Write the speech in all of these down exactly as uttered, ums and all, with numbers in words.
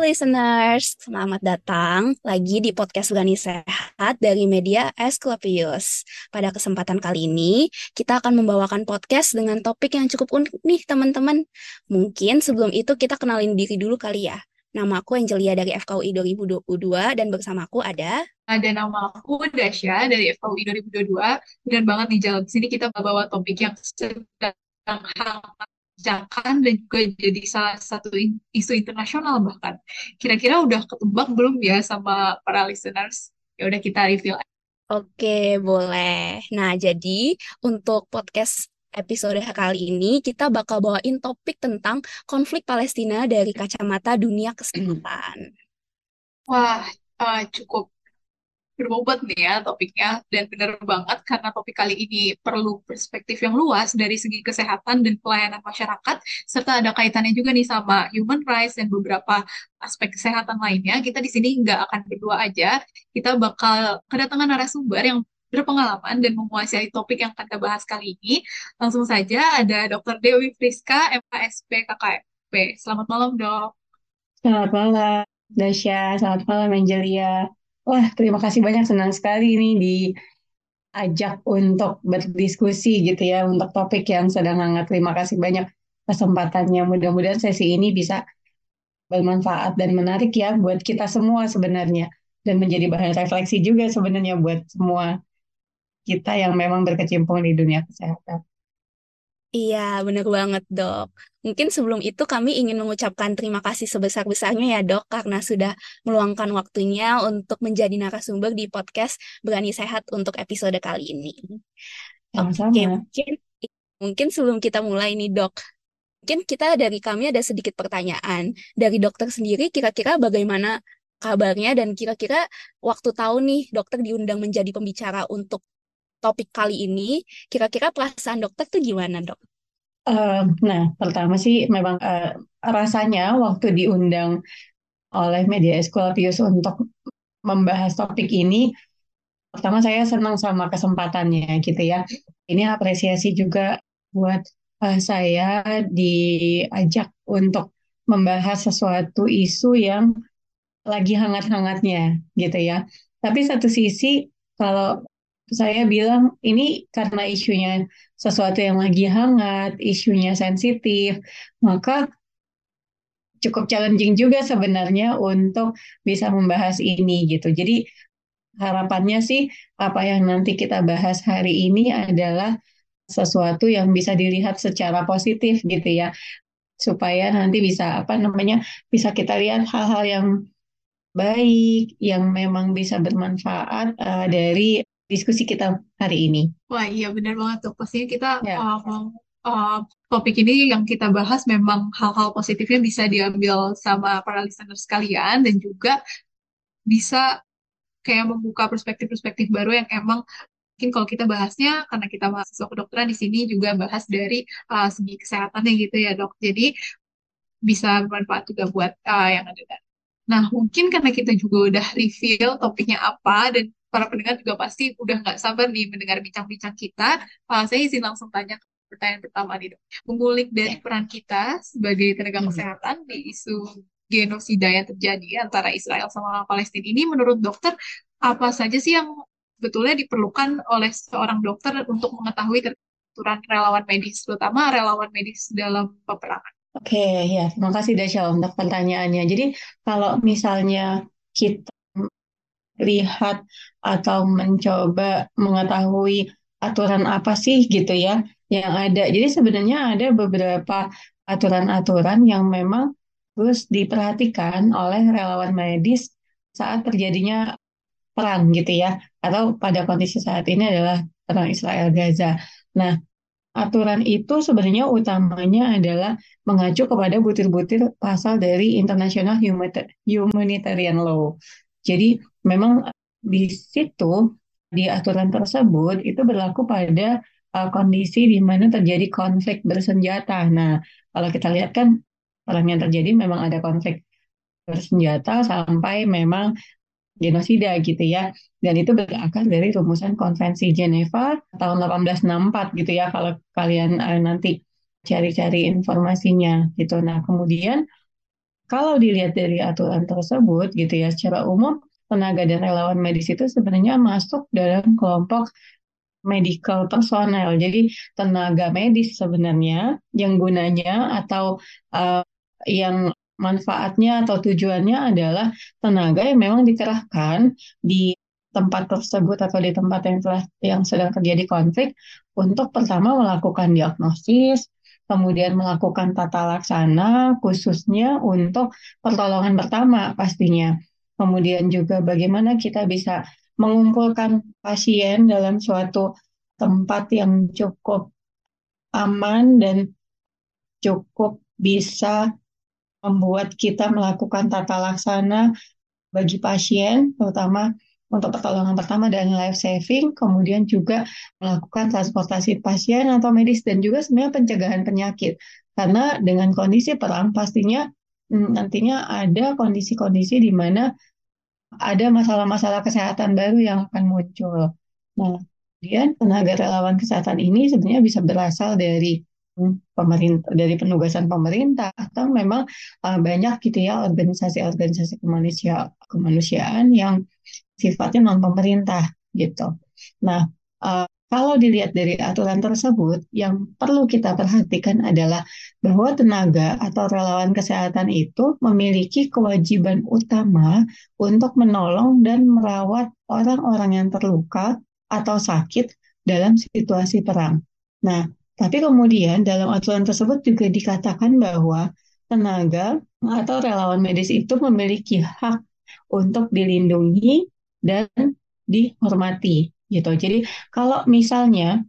listeners, selamat datang lagi di podcast Berani Sehat dari media Asklepios. Pada kesempatan kali ini, kita akan membawakan podcast dengan topik yang cukup unik nih teman-teman. Mungkin sebelum itu kita kenalin diri dulu kali ya. Nama aku Angelia dari F K U I dua ribu dua puluh dua dan bersamaku ada... Ada nama aku Dasya dari F K U I dua ribu dua puluh dua dan banget nih Jal. Di sini kita bawa topik yang sedang hangat dibicarakan dan juga jadi salah satu in- isu internasional bahkan. Kira-kira udah ketebak belum ya sama para listeners? Ya udah kita review. Oke, boleh. Nah, jadi untuk podcast episode kali ini kita bakal bawain topik tentang konflik Palestina dari kacamata dunia kesehatan. Wah, eh, cukup berbobot nih ya topiknya dan benar banget karena topik kali ini perlu perspektif yang luas dari segi kesehatan dan pelayanan masyarakat serta ada kaitannya juga nih sama human rights dan beberapa aspek kesehatan lainnya. Kita di sini nggak akan berdua aja, kita bakal kedatangan narasumber yang berpengalaman dan menguasai topik yang akan kita bahas kali ini. Langsung saja ada dokter Dewi Friska, M K S P K K M P. Selamat malam, Dok. Selamat malam, Dasya. Selamat malam, Angelia. Wah, terima kasih banyak. Senang sekali ini diajak untuk berdiskusi gitu ya, untuk topik yang sedang hangat. Terima kasih banyak kesempatannya. Mudah-mudahan sesi ini bisa bermanfaat dan menarik ya buat kita semua sebenarnya. Dan menjadi bahan refleksi juga sebenarnya buat semua kita yang memang berkecimpung di dunia kesehatan. Iya, benar banget, Dok. Mungkin sebelum itu kami ingin mengucapkan terima kasih sebesar-besarnya ya, Dok, karena sudah meluangkan waktunya untuk menjadi narasumber di podcast Berani Sehat untuk episode kali ini. Oke, Sama-sama. mungkin mungkin sebelum kita mulai nih, Dok, mungkin kita dari kami ada sedikit pertanyaan. Dari dokter sendiri, kira-kira bagaimana kabarnya dan kira-kira waktu tahu nih dokter diundang menjadi pembicara untuk topik kali ini, kira-kira perasaan dokter tuh gimana, Dok? Eh, nah, pertama sih memang eh, rasanya waktu diundang oleh media Escolapius untuk membahas topik ini, pertama saya senang sama kesempatannya gitu ya. Ini apresiasi juga buat eh, saya diajak untuk membahas sesuatu isu yang lagi hangat-hangatnya gitu ya. Tapi satu sisi kalau saya bilang ini karena isunya sesuatu yang lagi hangat, isunya sensitif, maka cukup challenging juga sebenarnya untuk bisa membahas ini gitu. Jadi harapannya sih apa yang nanti kita bahas hari ini adalah sesuatu yang bisa dilihat secara positif gitu ya, supaya nanti bisa apa namanya bisa kita lihat hal-hal yang baik yang memang bisa bermanfaat eh, dari diskusi kita hari ini. Wah, iya benar banget tuh. Pastinya kita Ya, uh, mau uh, topik ini yang kita bahas memang hal-hal positifnya bisa diambil sama para listener sekalian dan juga bisa kayak membuka perspektif-perspektif baru yang emang mungkin kalau kita bahasnya karena kita mahasiswa kedokteran di sini juga bahas dari uh, segi kesehatannya gitu ya, Dok. Jadi bisa bermanfaat juga buat uh, yang ada. Nah, mungkin karena kita juga udah reveal topiknya apa dan para pendengar juga pasti udah nggak sabar nih mendengar bincang-bincang kita. Uh, saya izin langsung tanya ke pertanyaan pertama nih, Dok. Mengulik dari ya. peran kita sebagai tenaga Hmm. kesehatan di isu genosida yang terjadi antara Israel sama Palestina ini, menurut dokter, apa saja sih yang sebetulnya diperlukan oleh seorang dokter untuk mengetahui aturan relawan medis, terutama relawan medis dalam peperangan? Oke, ya, terima kasih Dasya untuk pertanyaannya. Jadi kalau misalnya kita lihat atau mencoba mengetahui aturan apa sih gitu ya yang ada. Jadi sebenarnya ada beberapa aturan-aturan yang memang harus diperhatikan oleh relawan medis saat terjadinya perang gitu ya, atau pada kondisi saat ini adalah perang Israel Gaza. Nah, aturan itu sebenarnya utamanya adalah mengacu kepada butir-butir pasal dari International Humanitarian Law. Jadi memang di situ di aturan tersebut itu berlaku pada uh, kondisi di mana terjadi konflik bersenjata. Nah, kalau kita lihat kan perang yang terjadi memang ada konflik bersenjata sampai memang genosida gitu ya. Dan itu berakar dari rumusan Konvensi Jeneva tahun delapan belas enam puluh empat gitu ya kalau kalian eh, nanti cari-cari informasinya gitu. Nah, kemudian kalau dilihat dari aturan tersebut gitu ya, secara umum tenaga dan relawan medis itu sebenarnya masuk dalam kelompok medical personnel. Jadi tenaga medis sebenarnya yang gunanya atau uh, yang manfaatnya atau tujuannya adalah tenaga yang memang dikerahkan di tempat tersebut atau di tempat yang telah yang sedang terjadi konflik untuk pertama melakukan diagnosis, kemudian melakukan tata laksana khususnya untuk pertolongan pertama pastinya. Kemudian juga bagaimana kita bisa mengumpulkan pasien dalam suatu tempat yang cukup aman dan cukup bisa membuat kita melakukan tata laksana bagi pasien, terutama untuk pertolongan pertama dan life saving, kemudian juga melakukan transportasi pasien atau medis dan juga sebenarnya pencegahan penyakit. Karena dengan kondisi perang pastinya mm, nantinya ada kondisi-kondisi di mana ada masalah-masalah kesehatan baru yang akan muncul. Nah, kemudian tenaga relawan kesehatan ini sebenarnya bisa berasal dari hmm, pemerintah, dari penugasan pemerintah atau memang uh, banyak gitu ya organisasi-organisasi kemanusia, kemanusiaan yang sifatnya non pemerintah gitu. Nah, uh, kalau dilihat dari aturan tersebut, yang perlu kita perhatikan adalah bahwa tenaga atau relawan kesehatan itu memiliki kewajiban utama untuk menolong dan merawat orang-orang yang terluka atau sakit dalam situasi perang. Nah, tapi kemudian dalam aturan tersebut juga dikatakan bahwa tenaga atau relawan medis itu memiliki hak untuk dilindungi dan dihormati gitu. Jadi kalau misalnya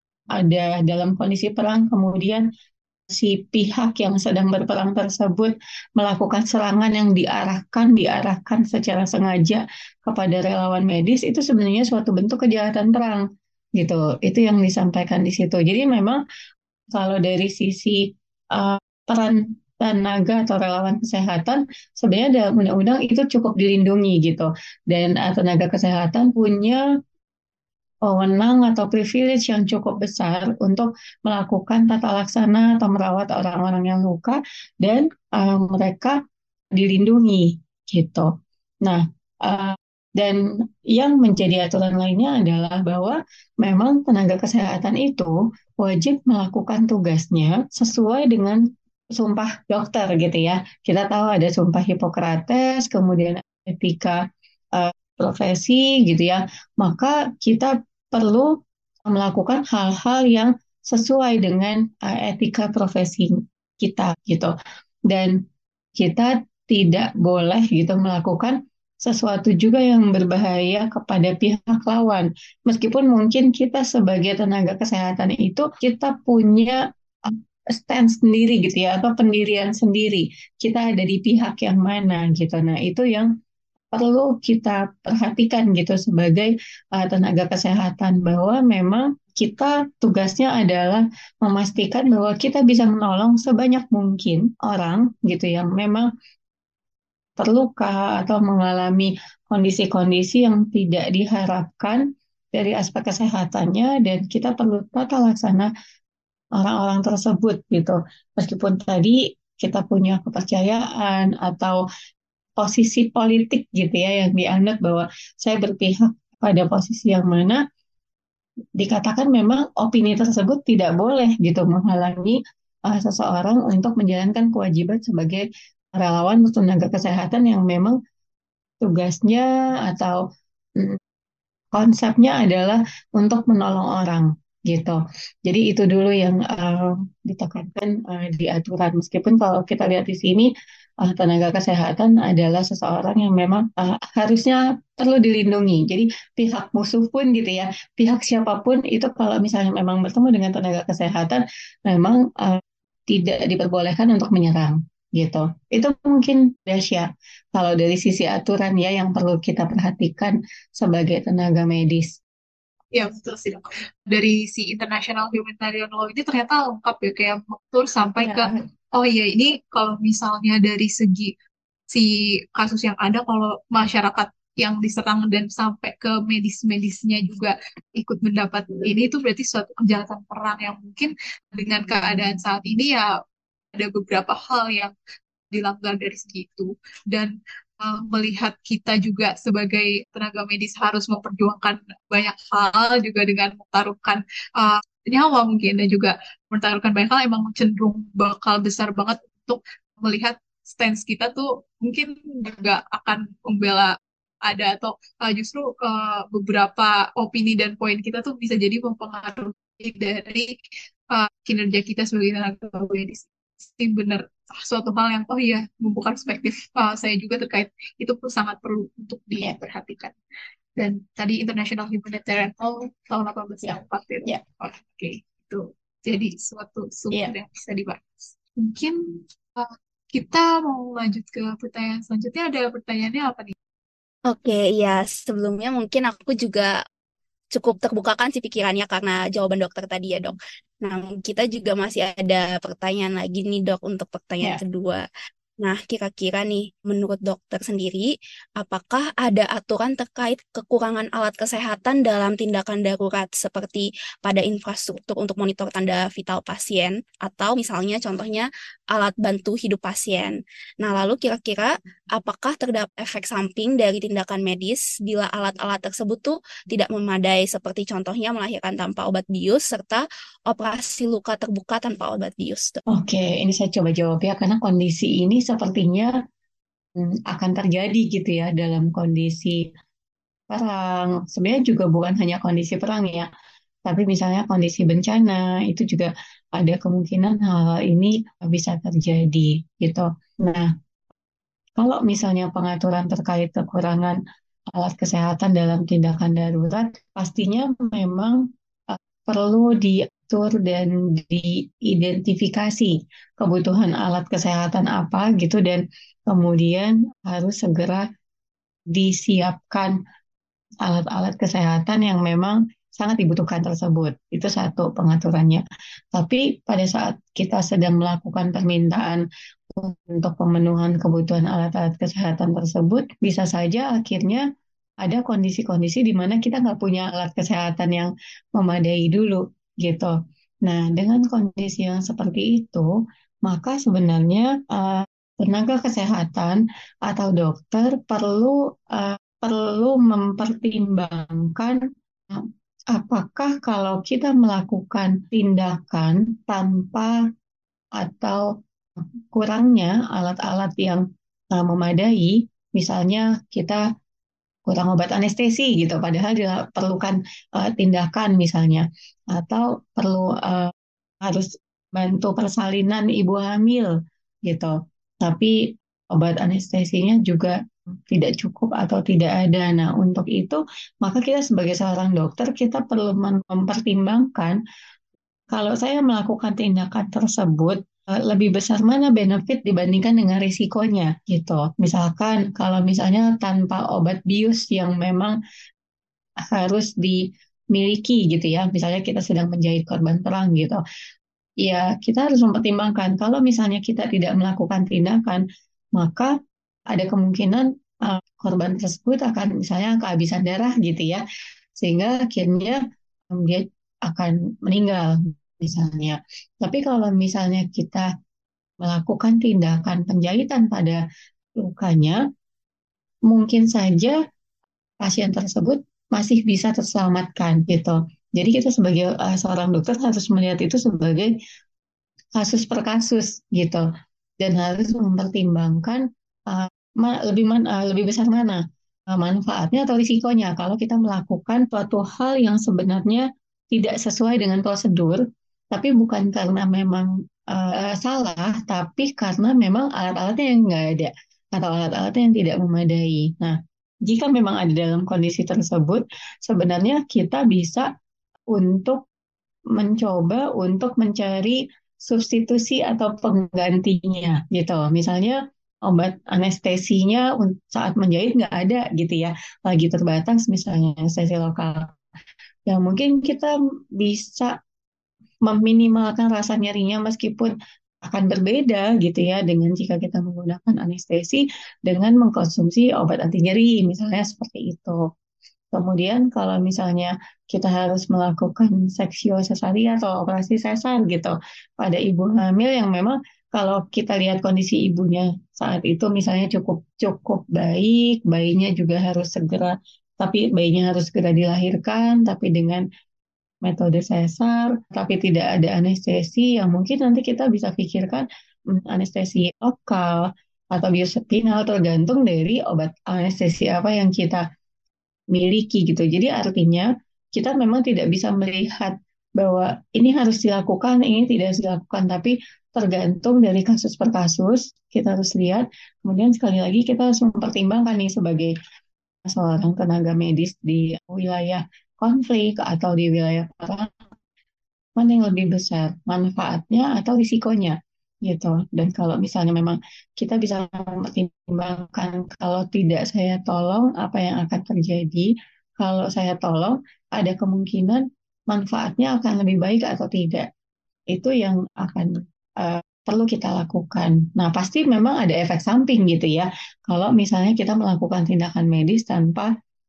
ada dalam kondisi perang kemudian si pihak yang sedang berperang tersebut melakukan serangan yang diarahkan diarahkan secara sengaja kepada relawan medis itu sebenarnya suatu bentuk kejahatan perang gitu. Itu yang disampaikan di situ. Jadi memang kalau dari sisi uh, peran tenaga atau relawan kesehatan, sebenarnya dalam undang-undang itu cukup dilindungi gitu. Dan uh, tenaga kesehatan punya wewenang atau privilege yang cukup besar untuk melakukan tata laksana atau merawat orang-orang yang luka dan uh, mereka dilindungi gitu. Nah, uh, dan yang menjadi aturan lainnya adalah bahwa memang tenaga kesehatan itu wajib melakukan tugasnya sesuai dengan sumpah dokter gitu ya. Kita tahu ada sumpah Hipokrates, kemudian etika uh, profesi gitu ya. Maka kita perlu melakukan hal-hal yang sesuai dengan uh, etika profesi kita gitu. Dan kita tidak boleh gitu melakukan sesuatu juga yang berbahaya kepada pihak lawan. Meskipun mungkin kita sebagai tenaga kesehatan itu kita punya uh, stand sendiri gitu ya atau pendirian sendiri. Kita ada di pihak yang mana gitu. Nah, itu yang perlu kita perhatikan gitu sebagai uh, tenaga kesehatan bahwa memang kita tugasnya adalah memastikan bahwa kita bisa menolong sebanyak mungkin orang gitu yang memang terluka atau mengalami kondisi-kondisi yang tidak diharapkan dari aspek kesehatannya dan kita perlu tata laksana orang-orang tersebut gitu. Meskipun tadi kita punya kepercayaan atau posisi politik gitu ya yang dianut bahwa saya berpihak pada posisi yang mana dikatakan memang opini tersebut tidak boleh gitu menghalangi uh, seseorang untuk menjalankan kewajiban sebagai relawan atau tenaga kesehatan yang memang tugasnya atau mm, konsepnya adalah untuk menolong orang gitu. Jadi itu dulu yang uh, ditekankan uh, di aturan. Meskipun kalau kita lihat di sini uh, tenaga kesehatan adalah seseorang yang memang uh, harusnya perlu dilindungi. Jadi pihak musuh pun gitu ya, pihak siapapun itu kalau misalnya memang bertemu dengan tenaga kesehatan, memang uh, tidak diperbolehkan untuk menyerang gitu. Itu mungkin Dasya kalau dari sisi aturan ya yang perlu kita perhatikan sebagai tenaga medis. Ya, betul sih, Dok. Dari si International Humanitarian Law ini ternyata lengkap ya, kayak mengatur sampai ke, Ya, oh iya, ini kalau misalnya dari segi si kasus yang ada, kalau masyarakat yang diserang dan sampai ke medis-medisnya juga ikut mendapat ini, itu berarti suatu kejahatan perang yang mungkin dengan keadaan saat ini ya ada beberapa hal yang dilanggar dari segi itu. Dan uh, melihat kita juga sebagai tenaga medis harus memperjuangkan banyak hal juga dengan mengtaruhkan uh, nyawa mungkin dan juga mempertaruhkan banyak hal, emang cenderung bakal besar banget untuk melihat stance kita tuh mungkin juga akan membela ada atau uh, justru uh, beberapa opini dan poin kita tuh bisa jadi mempengaruhi dari uh, kinerja kita sebagai tenaga medis. Sih benar suatu hal yang oh iya membuka perspektif uh, saya juga terkait itu pun sangat perlu untuk Ya, diperhatikan. Dan tadi International Humanitarian Law tahun ya, delapan belas empat itu. ya, Oh, oke, itu jadi suatu sumber ya. yang bisa dibahas. Mungkin uh, kita mau lanjut ke pertanyaan selanjutnya. Ada pertanyaannya apa nih? Oke, ya sebelumnya mungkin aku juga cukup terbukakan sih pikirannya karena jawaban dokter tadi ya dok. Nah, kita juga masih ada pertanyaan lagi nih dok untuk pertanyaan Ya. kedua. Nah, kira-kira nih, menurut dokter sendiri, apakah ada aturan terkait kekurangan alat kesehatan dalam tindakan darurat seperti pada infrastruktur untuk monitor tanda vital pasien atau misalnya contohnya alat bantu hidup pasien. Nah, lalu kira-kira apakah terdapat efek samping dari tindakan medis bila alat-alat tersebut tuh tidak memadai seperti contohnya melahirkan tanpa obat bius serta operasi luka terbuka tanpa obat bius, Dok? Oke, ini saya coba jawab ya, karena kondisi ini sepertinya hmm, akan terjadi gitu ya dalam kondisi perang. Sebenarnya juga bukan hanya kondisi perang ya, tapi misalnya kondisi bencana itu juga ada kemungkinan hal ini bisa terjadi gitu. Nah, kalau misalnya pengaturan terkait kekurangan alat kesehatan dalam tindakan darurat, pastinya memang eh, perlu diatur dan diidentifikasi kebutuhan alat kesehatan apa gitu, dan kemudian harus segera disiapkan alat-alat kesehatan yang memang sangat dibutuhkan tersebut. Itu satu pengaturannya. Tapi pada saat kita sedang melakukan permintaan untuk pemenuhan kebutuhan alat-alat kesehatan tersebut, bisa saja akhirnya ada kondisi-kondisi di mana kita nggak punya alat kesehatan yang memadai dulu, gitu. Nah, dengan kondisi yang seperti itu, maka sebenarnya uh, tenaga kesehatan atau dokter perlu uh, perlu mempertimbangkan uh, apakah kalau kita melakukan tindakan tanpa atau kurangnya alat-alat yang uh, memadai, misalnya kita kurang obat anestesi gitu, padahal diperlukan uh, tindakan misalnya, atau perlu uh, harus bantu persalinan ibu hamil gitu, tapi obat anestesinya juga tidak cukup atau tidak ada. Nah, untuk itu maka kita sebagai seorang dokter kita perlu mempertimbangkan kalau saya melakukan tindakan tersebut, eh, lebih besar mana benefit dibandingkan dengan risikonya gitu. Misalkan kalau misalnya tanpa obat bius yang memang harus dimiliki gitu ya, misalnya kita sedang menjahit korban perang gitu. Ya, kita harus mempertimbangkan kalau misalnya kita tidak melakukan tindakan, maka ada kemungkinan uh, korban tersebut akan misalnya kehabisan darah gitu ya, sehingga akhirnya um, dia akan meninggal misalnya. Tapi kalau misalnya kita melakukan tindakan penjahitan pada lukanya, mungkin saja pasien tersebut masih bisa terselamatkan gitu. Jadi kita sebagai uh, seorang dokter harus melihat itu sebagai kasus per kasus gitu, dan harus mempertimbangkan uh, ma- lebih man, uh, lebih besar mana uh, manfaatnya atau risikonya kalau kita melakukan suatu hal yang sebenarnya tidak sesuai dengan prosedur, tapi bukan karena memang uh, salah, tapi karena memang alat-alatnya yang nggak ada atau alat-alatnya yang tidak memadai. Nah, jika memang ada dalam kondisi tersebut, sebenarnya kita bisa untuk mencoba untuk mencari substitusi atau penggantinya gitu. Misalnya obat anestesinya saat menjahit nggak ada gitu ya, lagi terbatas misalnya anestesi lokal. Ya mungkin kita bisa meminimalkan rasa nyerinya meskipun akan berbeda gitu ya dengan jika kita menggunakan anestesi dengan mengkonsumsi obat anti nyeri misalnya seperti itu. Kemudian kalau misalnya kita harus melakukan seksio sesaria atau operasi sesar gitu pada ibu hamil yang memang kalau kita lihat kondisi ibunya saat itu misalnya cukup cukup baik, bayinya juga harus segera, tapi bayinya harus segera dilahirkan, tapi dengan metode sesar, tapi tidak ada anestesi, yang mungkin nanti kita bisa pikirkan hmm, anestesi lokal atau biospinal tergantung dari obat anestesi apa yang kita miliki gitu. Jadi artinya kita memang tidak bisa melihat bahwa ini harus dilakukan, ini tidak harus dilakukan, tapi tergantung dari kasus per kasus. Kita harus lihat. Kemudian sekali lagi kita harus mempertimbangkan nih sebagai seorang tenaga medis di wilayah konflik atau di wilayah perang, mana yang lebih besar, manfaatnya atau risikonya gitu. Dan kalau misalnya memang kita bisa mempertimbangkan kalau tidak saya tolong apa yang akan terjadi, kalau saya tolong ada kemungkinan manfaatnya akan lebih baik atau tidak. Itu yang akan eh, perlu kita lakukan. Nah, pasti memang ada efek samping gitu ya. Kalau misalnya kita melakukan tindakan medis tanpa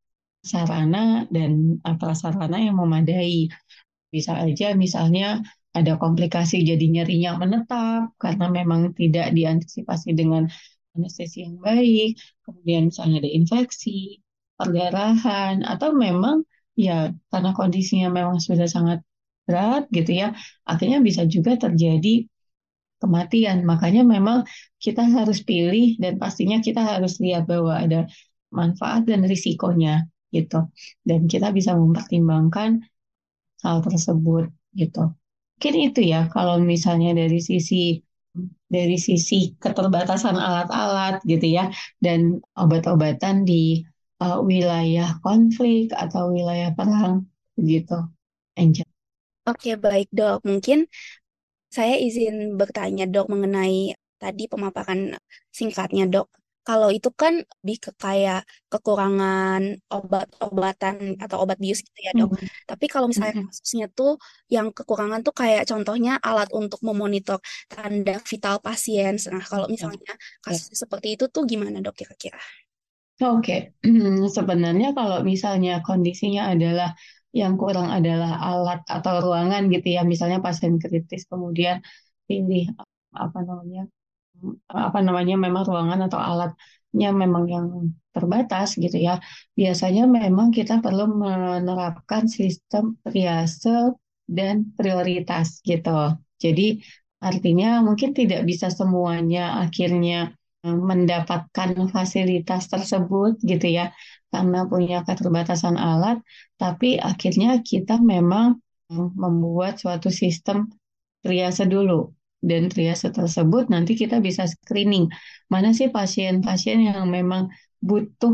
sarana dan eh, prasarana yang memadai. Bisa aja misalnya ada komplikasi jadi nyerinya menetap karena memang tidak diantisipasi dengan anestesi yang baik, kemudian misalnya ada infeksi, perdarahan, atau memang ya karena kondisinya memang sudah sangat berat gitu ya, akhirnya bisa juga terjadi kematian. Makanya memang kita harus pilih dan pastinya kita harus lihat bahwa ada manfaat dan risikonya gitu. Dan kita bisa mempertimbangkan hal tersebut gitu. Mungkin itu ya kalau misalnya dari sisi dari sisi keterbatasan alat-alat gitu ya dan obat-obatan di uh, wilayah konflik atau wilayah perang gitu. Angel. Oke, baik dok. Mungkin saya izin bertanya dok mengenai tadi pemaparan singkatnya dok. Kalau itu kan lebih ke kayak kekurangan obat-obatan atau obat bius gitu ya dok. Mm, Tapi kalau misalnya mm, kasusnya tuh yang kekurangan tuh kayak contohnya alat untuk memonitor tanda vital pasien. Nah kalau ya, misalnya ya. kasus seperti itu tuh gimana dok kira-kira? Oke, sebenarnya kalau misalnya kondisinya adalah yang kurang adalah alat atau ruangan gitu ya, misalnya pasien kritis kemudian pilih apa namanya apa namanya memang ruangan atau alatnya memang yang terbatas gitu ya. Biasanya memang kita perlu menerapkan sistem triase dan prioritas gitu. Jadi artinya mungkin tidak bisa semuanya akhirnya eh, mendapatkan fasilitas tersebut gitu ya karena punya keterbatasan alat, tapi akhirnya kita memang eh, membuat suatu sistem triase dulu. Dan triase tersebut nanti kita bisa screening. Mana sih pasien-pasien yang memang butuh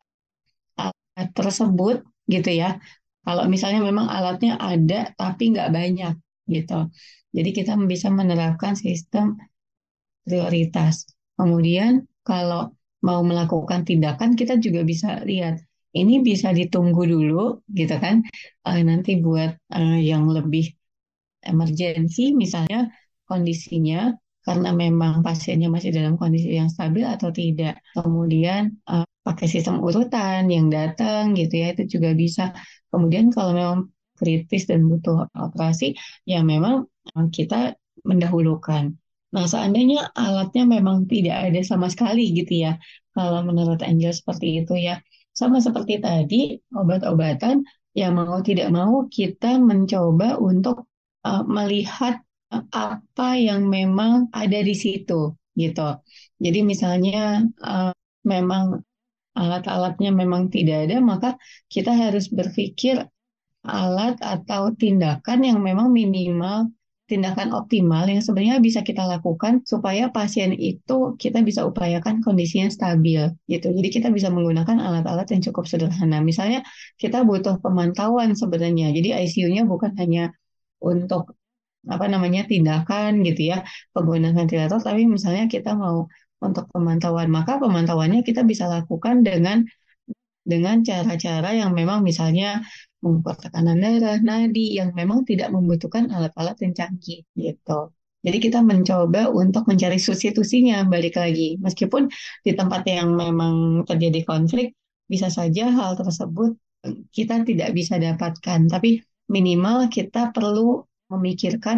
alat tersebut gitu ya. Kalau misalnya memang alatnya ada tapi nggak banyak gitu. Jadi kita bisa menerapkan sistem prioritas. Kemudian kalau mau melakukan tindakan kita juga bisa lihat ini bisa ditunggu dulu gitu kan. Eh, nanti buat eh, yang lebih emergensi misalnya kondisinya karena memang pasiennya masih dalam kondisi yang stabil atau tidak. Kemudian eh, pakai sistem urutan yang datang gitu ya itu juga bisa. Kemudian kalau memang kritis dan butuh operasi ya memang eh, kita mendahulukan. Nah, seandainya alatnya memang tidak ada sama sekali gitu ya. Kalau menurut Angel seperti itu ya. Sama seperti tadi obat-obatan ya mau tidak mau kita mencoba untuk uh, melihat uh, apa yang memang ada di situ gitu. Jadi misalnya uh, memang alat-alatnya memang tidak ada, maka kita harus berpikir alat atau tindakan yang memang minimal, tindakan optimal yang sebenarnya bisa kita lakukan supaya pasien itu kita bisa upayakan kondisinya stabil gitu. Jadi kita bisa menggunakan alat-alat yang cukup sederhana. Misalnya kita butuh pemantauan sebenarnya. Jadi I C U-nya bukan hanya untuk apa namanya tindakan gitu ya penggunaan ventilator tapi misalnya kita mau untuk pemantauan maka pemantauannya kita bisa lakukan dengan dengan cara-cara yang memang misalnya mengukur tekanan darah nadi yang memang tidak membutuhkan alat-alat yang canggih gitu. Jadi kita mencoba untuk mencari substitusinya balik lagi meskipun di tempat yang memang terjadi konflik bisa saja hal tersebut kita tidak bisa dapatkan tapi minimal kita perlu memikirkan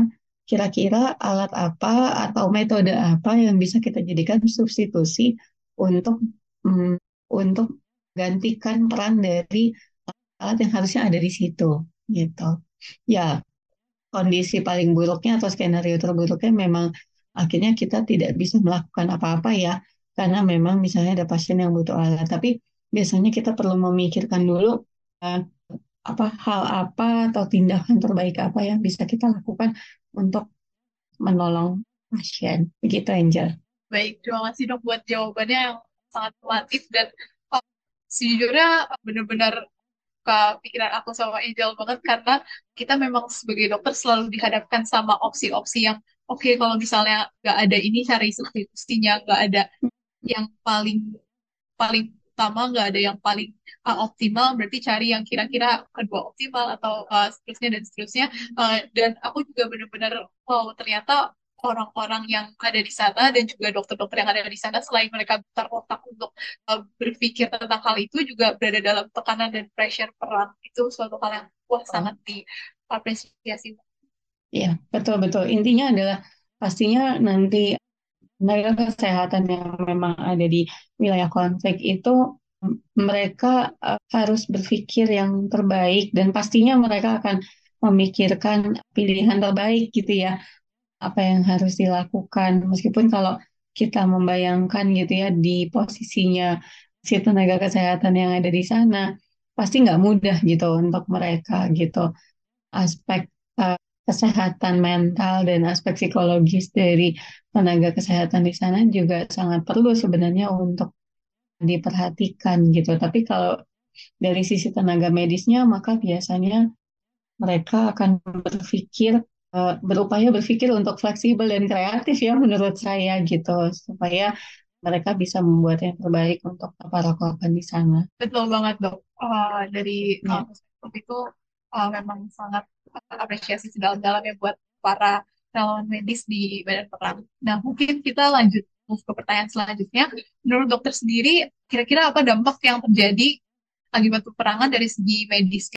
kira-kira alat apa atau metode apa yang bisa kita jadikan substitusi untuk mm, untuk gantikan peran dari alat yang harusnya ada di situ gitu. Ya, kondisi paling buruknya atau skenario terburuknya memang akhirnya kita tidak bisa melakukan apa-apa ya, karena memang misalnya ada pasien yang butuh alat. Tapi biasanya kita perlu memikirkan dulu eh, apa hal apa atau tindakan terbaik apa yang bisa kita lakukan untuk menolong pasien. Begitu, Angel. Baik, terima kasih dok buat jawabannya yang sangat relatif dan oh, sejujurnya benar-benar ke pikiran aku sama Angel banget karena kita memang sebagai dokter selalu dihadapkan sama opsi-opsi yang oke kalau misalnya nggak ada ini cari substitusinya, nggak ada yang paling paling utama, nggak ada yang paling uh, optimal, berarti cari yang kira-kira kedua optimal atau uh, seterusnya dan seterusnya. Uh, dan aku juga benar-benar wow ternyata orang-orang yang ada di sana dan juga dokter-dokter yang ada di sana selain mereka putar otak untuk uh, berpikir tentang hal itu juga berada dalam tekanan dan pressure perang itu suatu hal yang wah Oh, sangat diapresiasi. iya, betul-betul. Intinya adalah pastinya nanti tenaga kesehatan yang memang ada di wilayah konflik itu m- mereka eh, harus berpikir yang terbaik dan pastinya mereka akan memikirkan pilihan terbaik gitu ya, apa yang harus dilakukan. Meskipun kalau kita membayangkan gitu ya di posisinya si tenaga kesehatan yang ada di sana, pasti nggak mudah gitu untuk mereka gitu. Aspek eh, kesehatan mental dan aspek psikologis dari tenaga kesehatan di sana juga sangat perlu sebenarnya untuk diperhatikan gitu. Tapi kalau dari sisi tenaga medisnya, maka biasanya mereka akan berpikir, eh, berupaya berpikir untuk fleksibel dan kreatif ya menurut saya gitu, supaya mereka bisa membuat yang terbaik untuk para korban di sana. Betul banget dok. Uh, dari uh, Ya, perspektif itu uh, memang sangat apresiasi sedalam-dalamnya buat para relawan medis di Badan Perang. Nah, mungkin kita lanjut ke pertanyaan selanjutnya. Menurut dokter sendiri, kira-kira apa dampak yang terjadi akibat peperangan dari segi medis